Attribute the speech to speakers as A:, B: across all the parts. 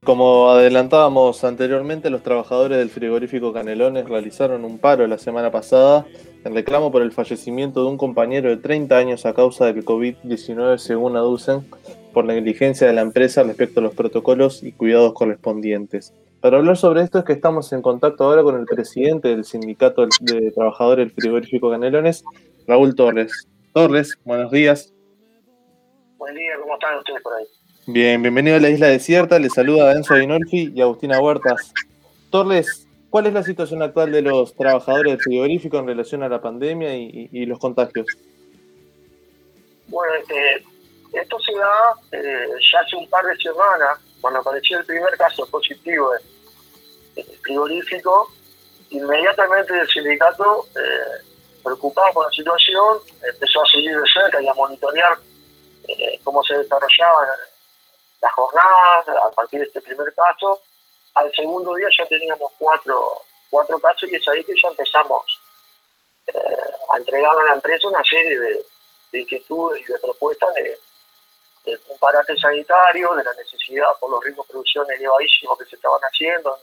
A: Como adelantábamos anteriormente, los trabajadores del frigorífico Canelones realizaron un paro la semana pasada en reclamo por el fallecimiento de un compañero de 30 años a causa del COVID-19, según aducen, por negligencia de la empresa respecto a los protocolos y cuidados correspondientes. Para hablar sobre esto es que estamos en contacto ahora con el presidente del Sindicato de Trabajadores del Frigorífico Canelones, Raúl Torres. Torres, buenos días.
B: Buen día, ¿cómo están ustedes por ahí?
A: Bien, bienvenido a la Isla Desierta. Les saluda Enzo Dinolfi y Agustina Huertas. Torres, ¿cuál es la situación actual de los trabajadores del frigorífico en relación a la pandemia y los contagios?
B: Bueno, esto se da ya hace un par de semanas, cuando apareció el primer caso positivo en el frigorífico. Inmediatamente el sindicato, preocupado por la situación, empezó a seguir de cerca y a monitorear cómo se desarrollaban las jornadas a partir de este primer caso. Al segundo día ya teníamos cuatro casos y es ahí que ya empezamos a entregar a la empresa una serie de inquietudes y de propuestas de un parate sanitario, de la necesidad por los ritmos de producción elevadísimos que se estaban haciendo.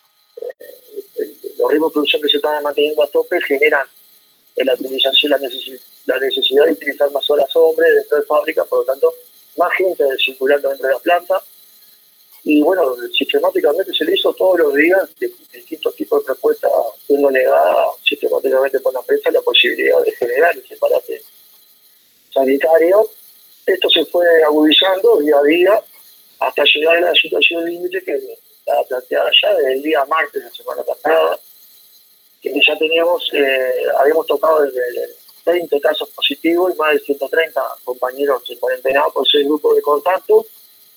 B: Los ritmos de producción que se estaban manteniendo a tope generan la utilización, la necesidad de utilizar más horas hombre dentro de fábrica, por lo tanto, más gente circulando dentro de la planta. Y bueno, sistemáticamente se le hizo todos los días de distintos tipos de propuestas, siendo negada sistemáticamente por la empresa la posibilidad de generar ese parate sanitario. Esto se fue agudizando día a día hasta llegar a la situación límite que estaba planteada ya desde el día martes de la semana pasada, que ya habíamos tocado desde 20 casos positivos y más de 130 compañeros en cuarentena por 6 grupos de contacto.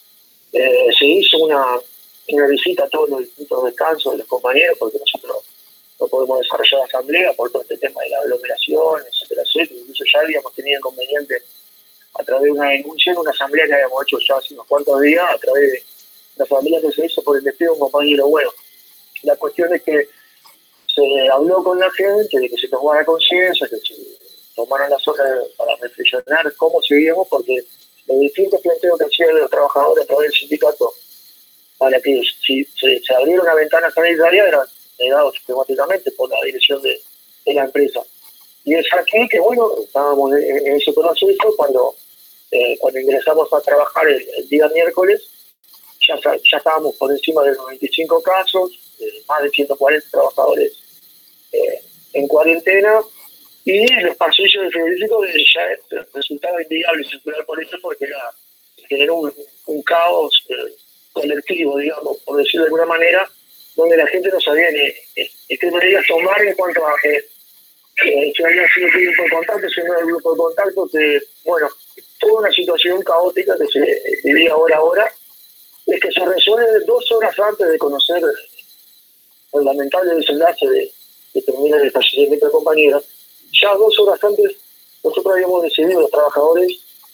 B: Se hizo una visita a todos los distintos descansos de los compañeros, porque nosotros no podemos desarrollar asamblea por todo este tema de la aglomeración, etcétera, etcétera. Incluso ya habíamos tenido inconveniente a través de una denuncia en una asamblea que habíamos hecho ya hace unos cuantos días, a través de una asamblea que se hizo por el despido de un compañero. Bueno, la cuestión es que se habló con la gente de que se tomara conciencia, que se tomaran las horas para reflexionar cómo seguíamos, porque los distintos planteos que hacían los trabajadores a través del sindicato para que si se abriera una ventana sanitaria eran negados sistemáticamente por la dirección de la empresa. Y es aquí que, bueno, estábamos en ese proceso cuando ingresamos a trabajar el día miércoles. Ya estábamos por encima de los 25 casos, más de 140 trabajadores en cuarentena, y los pasillos del frigorífico ya resultaba inviable circular por eso, porque generó un caos colectivo, digamos, por decirlo de alguna manera, donde la gente no sabía qué medidas tomar en cuanto a si había sido un grupo de contacto, si no era el grupo de contacto, bueno, toda una situación caótica que se vivía hora a hora, es que se resuelve 2 horas antes de conocer el lamentable desenlace de terminar el fallecimiento de compañeros. Ya 2 horas antes nosotros habíamos decidido, los trabajadores,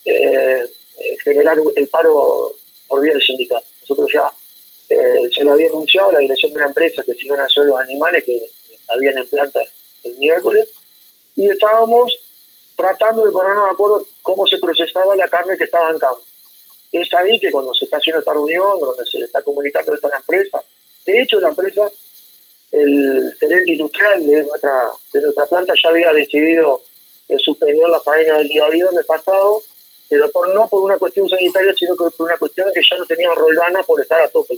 B: generar el paro por vía del sindicato. Nosotros ya se lo había anunciado a la dirección de la empresa que se iban a hacer los animales que habían en planta el miércoles, y estábamos tratando de ponernos de acuerdo cómo se procesaba la carne que estaba en campo. Es ahí que cuando se está haciendo esta reunión, donde se le está comunicando esto a la empresa, de hecho la empresa, el gerente industrial de nuestra planta ya había decidido suspender la faena del día viernes pasado, pero no por una cuestión sanitaria, sino por una cuestión de que ya no tenían Roldana por estar a tope.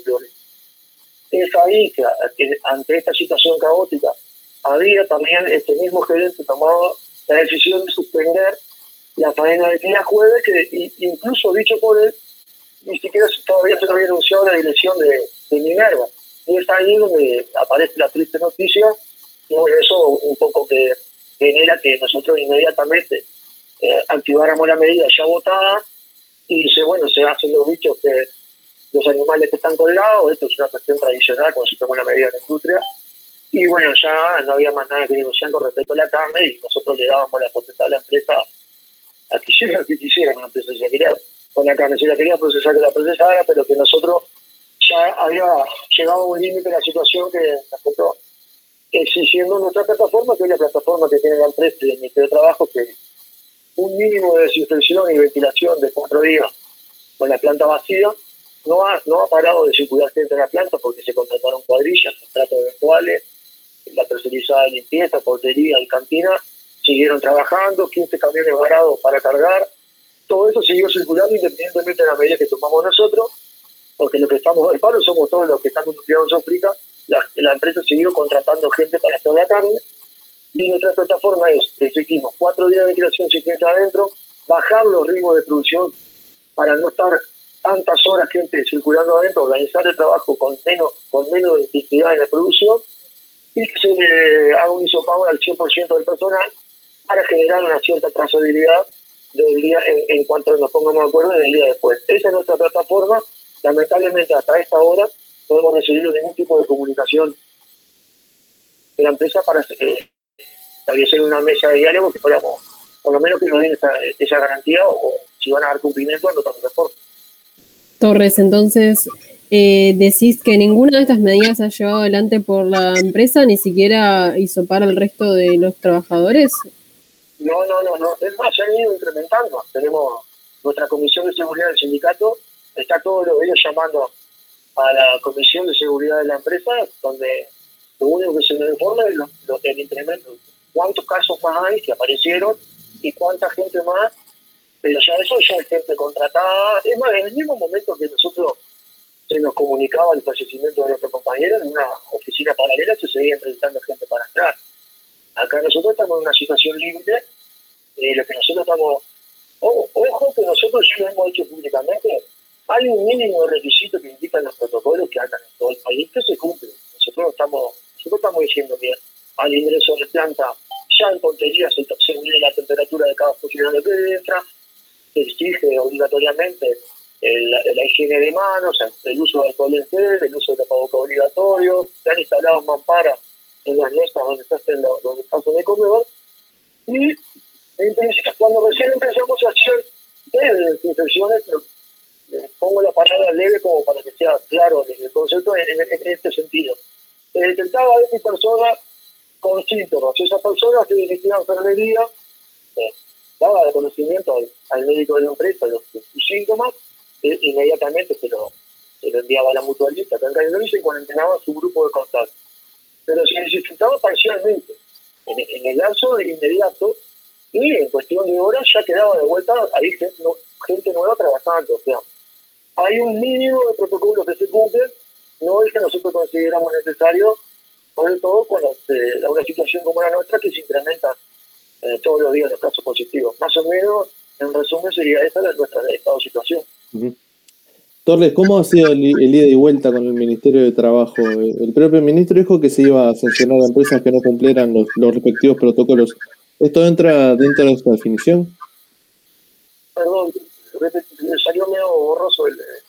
B: Es ahí que ante esta situación caótica había también este mismo gerente tomado la decisión de suspender la faena del día jueves, que incluso dicho por él, ni siquiera todavía se lo había anunciado a la dirección de Minerva. Y es ahí donde aparece la triste noticia, y eso un poco que genera que nosotros inmediatamente activáramos la medida ya votada, y se hacen los bichos que los animales que están colgados. Esto es una cuestión tradicional cuando se toma una medida en la industria, y bueno, ya no había más nada que negociar con respecto a la carne, y nosotros le dábamos la potestad a la empresa a que hiciera lo que quisiera con la empresa. Si la quería con la carne, si la quería procesar, que la procesara, pero que nosotros ya había llegado a un límite de la situación que nosotros, exigiendo nuestra plataforma, que es la plataforma que tiene la empresa y el Ministerio de Trabajo, que un mínimo de desinfección y ventilación de 4 días con la planta vacía, no ha parado de circular gente en la planta porque se contrataron cuadrillas, contratos eventuales, la tercerizada de limpieza, portería y cantina siguieron trabajando, 15 camiones varados para cargar, todo eso siguió circulando independientemente de la medida que tomamos nosotros, porque los que estamos del paro somos todos los que están industriados en Sofrica. La empresa siguió contratando gente para hacer la carne, y nuestra plataforma es, exigimos 4 días de creación sin gente adentro, bajar los ritmos de producción para no estar tantas horas gente circulando adentro, organizar el trabajo con menos intensidad en la producción, y que se le haga un hisopado al 100% del personal para generar una cierta trazabilidad del día en cuanto nos pongamos de acuerdo del día después. Esa es nuestra plataforma. Lamentablemente hasta esta hora no hemos recibido ningún tipo de comunicación de la empresa para establecer una mesa de diálogo que podamos, por lo menos que nos den esa garantía, o si van a dar cumplimiento, no tanto mejor.
C: Torres, entonces decís que ninguna de estas medidas se ha llevado adelante por la empresa, ni siquiera hisopar al resto de los trabajadores.
B: No. Es más, se han ido incrementando. Tenemos nuestra comisión de seguridad del sindicato, está todos los días llamando a la comisión de seguridad de la empresa, donde lo único que se nos informa es el incremento, cuántos casos más hay que aparecieron y cuánta gente más, pero ya eso ya es gente contratada. Es más, en el mismo momento que nosotros se nos comunicaba el fallecimiento de nuestro compañero, en una oficina paralela se seguía entrevistando gente para entrar. Acá nosotros estamos en una situación límite, lo que nosotros estamos, ojo que nosotros ya lo hemos hecho públicamente, hay un mínimo de requisitos que indican los protocolos que hagan en todo el país que se cumplen. Nosotros estamos diciendo que al ingreso de planta, ya en portería se mide la temperatura de cada funcionario que entra, se exige obligatoriamente la higiene de manos, el uso de alcohol en gel, el uso de tapabocas obligatorio, se han instalado mamparas en las mesas donde están en el comedor, y cuando recién empezamos a hacer desinfecciones, pongo la palabra leve como para que sea claro el concepto en este sentido. Se detectaba a esta persona con síntomas, esa persona se dirigía a enfermería, daba de conocimiento al médico de la empresa de sus síntomas, inmediatamente se lo enviaba a la mutualista, y se cuarentenaba su grupo de contacto. Pero se necesitaba parcialmente, en el lapso inmediato, y en cuestión de horas ya quedaba de vuelta ahí gente nueva trabajando. O sea, hay un mínimo de protocolos que se cumplen, no es que nosotros consideramos necesario, sobre todo con una situación como la nuestra que se incrementa todos los días los casos positivos. Más o menos, en resumen, sería esa nuestra estado de situación.
A: Uh-huh. Torres, ¿cómo ha sido el ida y vuelta con el Ministerio de Trabajo? El propio ministro dijo que se iba a sancionar a empresas que no cumplieran los respectivos protocolos. ¿Esto entra dentro de esta definición?
B: Perdón, me salió medio borroso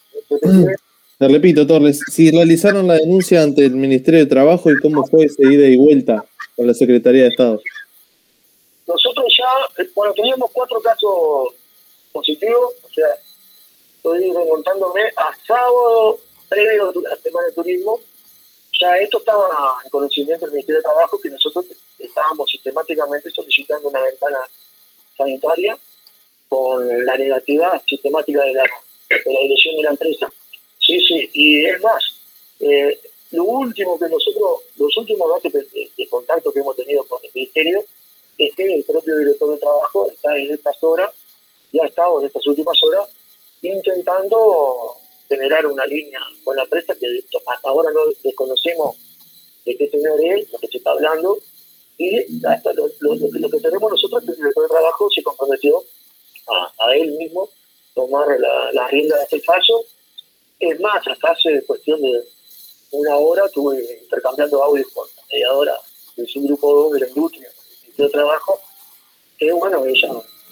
A: Te repito, Torres, si realizaron la denuncia ante el Ministerio de Trabajo y cómo fue esa ida y vuelta con la Secretaría de Estado.
B: Nosotros ya, teníamos 4 casos positivos, o sea, estoy remontándome a sábado previo a la Semana de Turismo. Ya esto estaba en conocimiento del Ministerio de Trabajo, que nosotros estábamos sistemáticamente solicitando una ventana sanitaria con la negativa sistemática de la dirección de la empresa. Sí, y es más, los últimos datos de contacto que hemos tenido con el Ministerio es que el propio director de trabajo está en estas horas, ya ha estado en estas últimas horas, intentando generar una línea con la empresa que hasta ahora no desconocemos de qué señor es, lo que se está hablando, y hasta lo que tenemos nosotros, que el director de trabajo se comprometió a él mismo tomar la rienda de este fallo. Es más, hasta hace cuestión de una hora estuve intercambiando audios con la mediadora de su grupo 2 de la industria, de trabajo, que bueno, ella,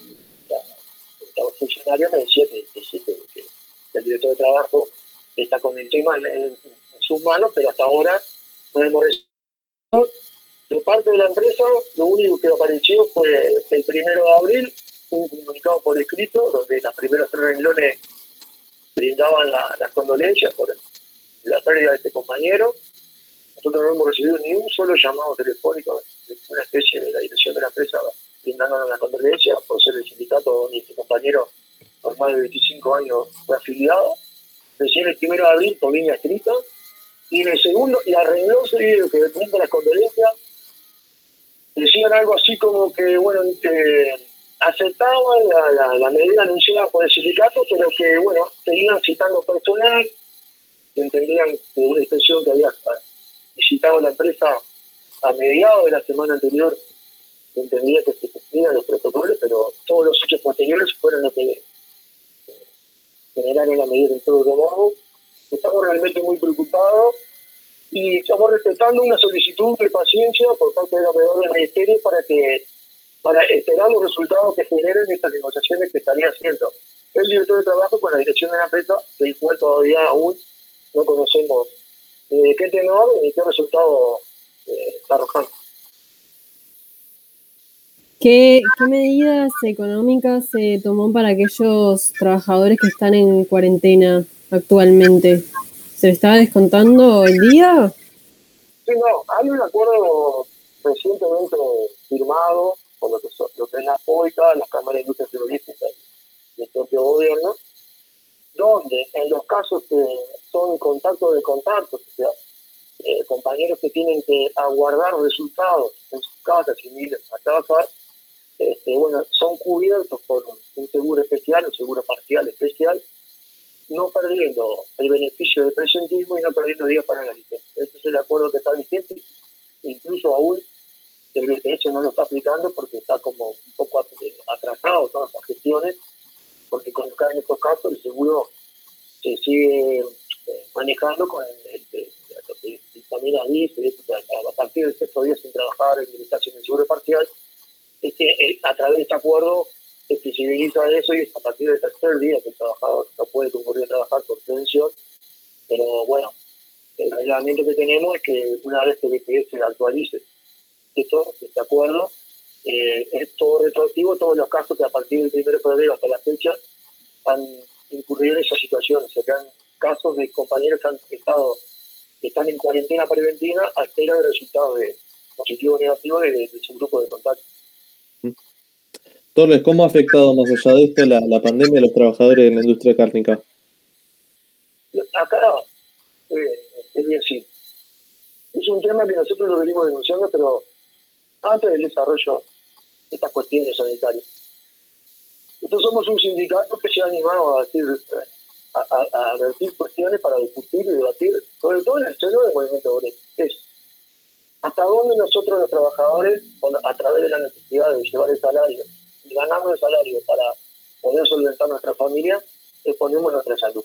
B: la funcionaria me decía que el director de trabajo está con el tema en sus manos, pero hasta ahora no hemos recibido. De parte de la empresa, lo único que apareció fue el 1 de abril, un comunicado por escrito, donde las primeras 3 renglones brindaban las condolencias por la pérdida de este compañero. Nosotros no hemos recibido ni un solo llamado telefónico de una especie de la dirección de la empresa brindándonos la condolencia por ser el sindicato donde este compañero por más de 25 años fue afiliado. recién el 1 de abril por línea escrita, y en el segundo, y arreglóse que después de las condolencias, decían algo así como que, bueno, aceptaban la medida anunciada por el sindicato, pero que, bueno, seguían citando personal, que entendían que una inspección que había visitado la empresa a mediados de la semana anterior, entendía que se cumplían los protocolos, pero todos los hechos posteriores fueron los que generaron la medida en todo el modo. Estamos realmente muy preocupados y estamos respetando una solicitud de paciencia por parte de la menor del Ministerio para esperar los resultados que generen estas negociaciones que estaría haciendo el director de trabajo con la dirección de la empresa, del cual todavía aún no conocemos ni de qué tenor ni qué resultado está arrojando.
C: ¿Qué medidas económicas se tomó para aquellos trabajadores que están en cuarentena actualmente? ¿Se le estaba descontando el día?
B: Sí, no, hay un acuerdo recientemente firmado por lo que es la OICA, las cámaras de industria frigorífica y el propio gobierno, donde en los casos que son contactos de contactos, o sea, compañeros que tienen que aguardar resultados en sus casas y ir a trabajar, bueno, son cubiertos por un seguro especial, un seguro parcial especial, no perdiendo el beneficio del presentismo y no perdiendo días para la licencia. Este es el acuerdo que está vigente, incluso aún el BPS no lo está aplicando porque está como un poco atrasado todas las gestiones, porque con en estos casos el seguro se sigue manejando con el también a partir del sexto día sin trabajar en limitación del seguro parcial. A través de este acuerdo se civiliza eso y es a partir del tercer día que el trabajador no puede concurrir a trabajar por prevención. Pero bueno, el reglamento que tenemos es que una vez que el BPS actualice este acuerdo, es todo retroactivo, todos los casos que a partir del 1 de febrero hasta la fecha han incurrido en esa situación. O sea, que han casos de compañeros que están en cuarentena preventiva a espera de resultados de positivo o negativo de su grupo de contacto.
A: Torres, ¿cómo ha afectado más allá de esto la pandemia a los trabajadores de la industria cárnica?
B: Acá es bien simple. Es un tema que nosotros lo venimos denunciando, pero antes del desarrollo de estas cuestiones sanitarias. Nosotros somos un sindicato que se ha animado a vertir cuestiones para discutir y debatir, sobre todo en el seno del movimiento obrero. Es hasta dónde nosotros los trabajadores, a través de la necesidad de llevar el salario, y ganamos el salario para poder solventar nuestra familia, exponemos nuestra salud.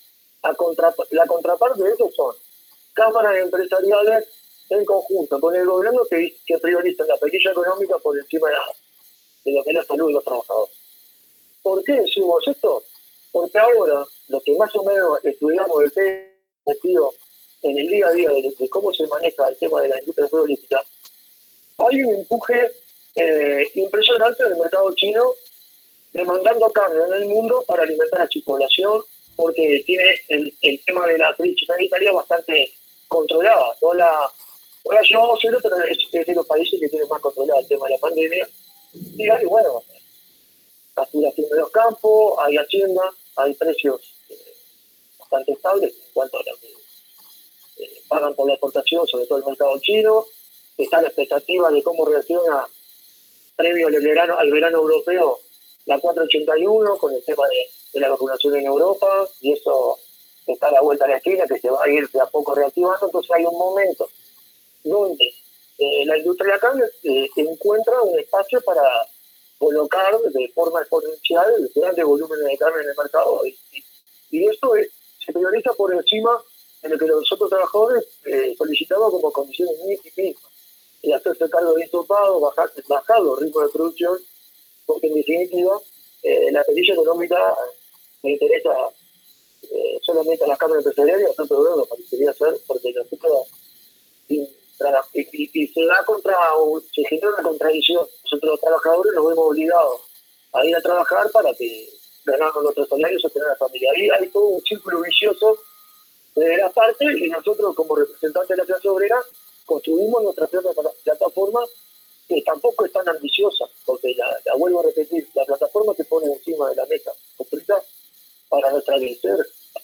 B: La contraparte de eso son cámaras empresariales en conjunto con el gobierno que priorizan la pequeña económica por encima de lo que es la salud de los trabajadores. ¿Por qué decimos esto? Porque ahora, lo que más o menos estudiamos del tema metido en el día a día de cómo se maneja el tema de la industria frigorífica, hay un empuje impresionante del mercado chino demandando carne en el mundo para alimentar a su población, porque tiene el tema de la crisis sanitaria bastante controlada. No la llevamos cero, pero es de los países que tienen más controlado el tema de la pandemia. Y bueno, saturación de los campos, hay hacienda, hay precios bastante estables en cuanto a lo que pagan por la exportación, sobre todo el mercado chino. Está la expectativa de cómo reacciona previo al verano europeo la 481 con el tema de la vacunación en Europa, y eso está a la vuelta de la esquina, que se va a ir de a poco reactivando. Entonces hay un momento donde la industria de la carne encuentra un espacio para colocar de forma exponencial grandes volúmenes de carne en el mercado, y esto se prioriza por encima de lo que nosotros trabajadores solicitamos como condiciones mínimas, y hacerse cargo de hisopado, bajar los ritmos de producción, porque en definitiva la perilla económica me interesa solamente a las cámaras empresariales, bastante bueno lo parecería ser, porque nosotros y se genera una contradicción. Nosotros los trabajadores nos vemos obligados a ir a trabajar para que ganamos nuestros salarios o tener la familia. Ahí hay todo un círculo vicioso de la parte, y nosotros como representantes de la clase obrera construimos nuestra propia plataforma, que tampoco es tan ambiciosa, porque la vuelvo a repetir, la plataforma que pone encima de la mesa construida para establecer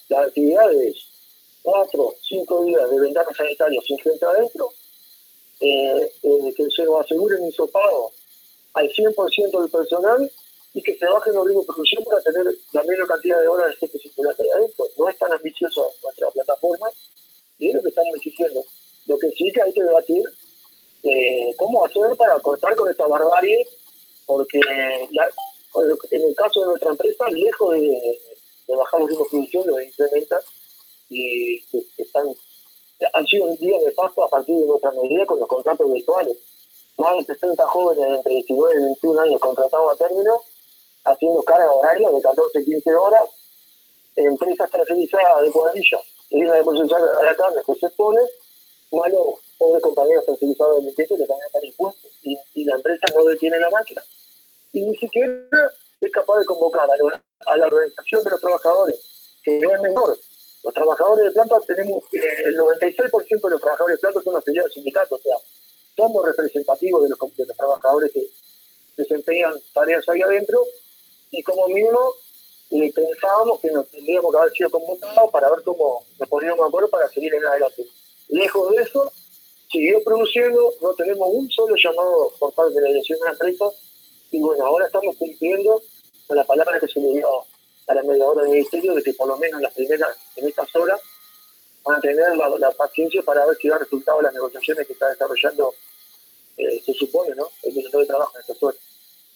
B: La actividad es 4, 5 días de ventanas sanitarias sin gente adentro, que se nos aseguren un hisopado al 100% del personal y que se bajen los ritmos de producción para tener la menor cantidad de horas de gente circulante ahí adentro. No es tan ambicioso nuestra plataforma y es lo que estamos exigiendo. Lo que sí que hay que debatir cómo hacer para cortar con esta barbarie, porque en el caso de nuestra empresa, lejos de bajar los ritmos de producción, lo incrementa y han sido días de paso a partir de nuestra medida con los contratos virtuales. Más de 60 jóvenes entre 19 y 21 años contratados a término, haciendo carga horaria de 14 15 horas, en empresas tercerizadas de cuadrilla, y una de procesar a la carne que se pone, malos pobres compañeros tercerizados de limpieza que también están impuestos, y la empresa no detiene la máquina. Y ni siquiera es capaz de convocar a la organización de los trabajadores, que no es menor. Los trabajadores de planta tenemos, el 96% de los trabajadores de planta son afiliados al sindicato, o sea, somos representativos de los trabajadores que desempeñan tareas ahí adentro, y como mínimo pensábamos que nos tendríamos que haber sido convocados para ver cómo nos poníamos de acuerdo para seguir en adelante. Lejos de eso, siguió produciendo, no tenemos un solo llamado por parte de la dirección de la empresa, y bueno, ahora estamos cumpliendo con la palabra que se le dio a la mediadora del ministerio de que por lo menos en estas horas van a tener la paciencia para ver si da resultado las negociaciones que está desarrollando, se supone, ¿no? El Ministerio de Trabajo en estas horas.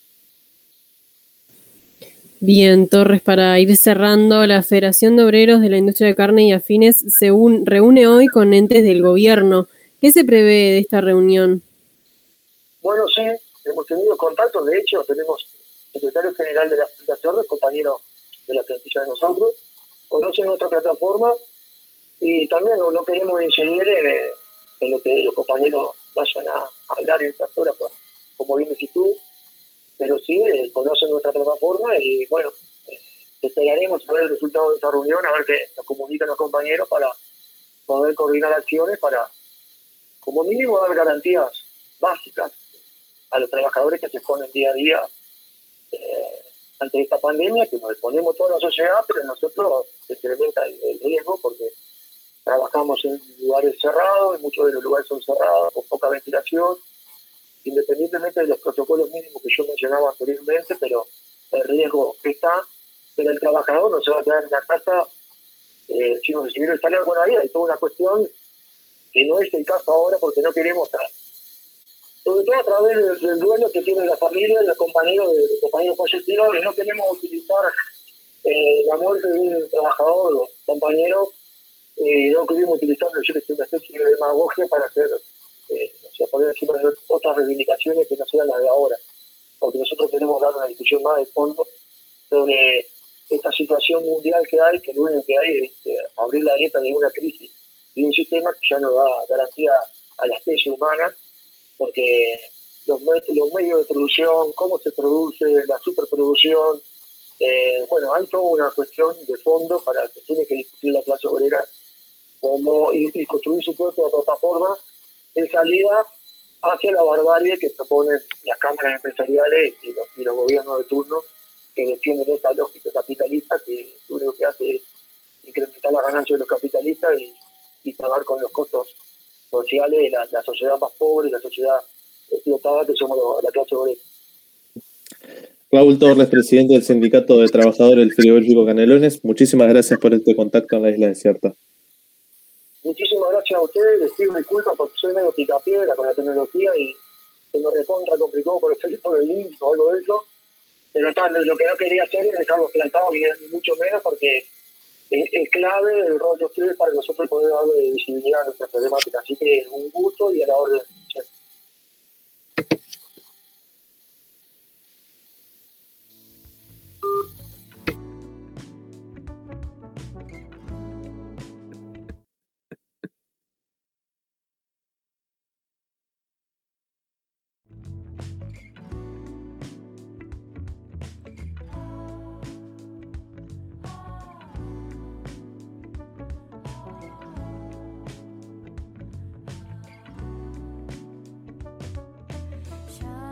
C: Bien, Torres, para ir cerrando, la Federación de Obreros de la Industria de Carne y Afines se reúne hoy con entes del gobierno. ¿Qué se prevé de esta reunión?
B: Bueno, sí, hemos tenido contactos, de hecho, tenemos secretario general de la Fundación, compañero de la plantilla de nosotros, conocen nuestra plataforma y también no queremos incidir en lo que los compañeros vayan a hablar en estas horas, pues, como bien decís tú, pero sí conocen nuestra plataforma y bueno, esperaremos a ver el resultado de esta reunión, a ver qué nos comunican los compañeros para poder coordinar acciones para, como mínimo, dar garantías básicas a los trabajadores que se exponen día a día ante esta pandemia, que nos exponemos toda la sociedad, pero nosotros se incrementa el riesgo porque trabajamos en lugares cerrados, y muchos de los lugares son cerrados, con poca ventilación, independientemente de los protocolos mínimos que yo mencionaba anteriormente, pero el riesgo está, pero el trabajador no se va a quedar en la casa sin recibir el salario. Bueno, ahí hay toda una cuestión que no es el caso ahora porque no queremos sobre todo a través del duelo que tiene la familia y los compañeros fallecidos, y no queremos utilizar la muerte de un trabajador o compañero, no queremos utilizar una especie de demagogia para hacer, poner encima de otras reivindicaciones que no sean las de ahora, porque nosotros queremos dar una discusión más de fondo sobre esta situación mundial que hay, que lo único que hay es abrir la grieta de una crisis y un sistema que ya no da garantía a la especie humana, porque los medios de producción, cómo se produce, la superproducción, bueno, hay toda una cuestión de fondo para que tiene que discutir la clase obrera y construir su propia plataforma en salida hacia la barbarie que proponen las cámaras empresariales y los gobiernos de turno que defienden esta lógica capitalista que lo único que hace es incrementar las ganancias de los capitalistas y pagar con los costos sociales de la sociedad más pobre, la sociedad explotada que somos la clase obrera.
A: Raúl Torres, presidente del Sindicato de Trabajadores del Frigorífico Canelones, muchísimas gracias por este contacto en la Isla Desierta.
B: Muchísimas gracias a ustedes, les pido disculpas porque soy medio picapiedra con la tecnología y se me recontra complicó por el teléfono del link o algo de eso, pero lo que no quería hacer es dejarlos plantados ni mucho menos porque es clave el rol de ustedes para nosotros poder darle visibilidad a nuestra problemática, así que un gusto y a la orden.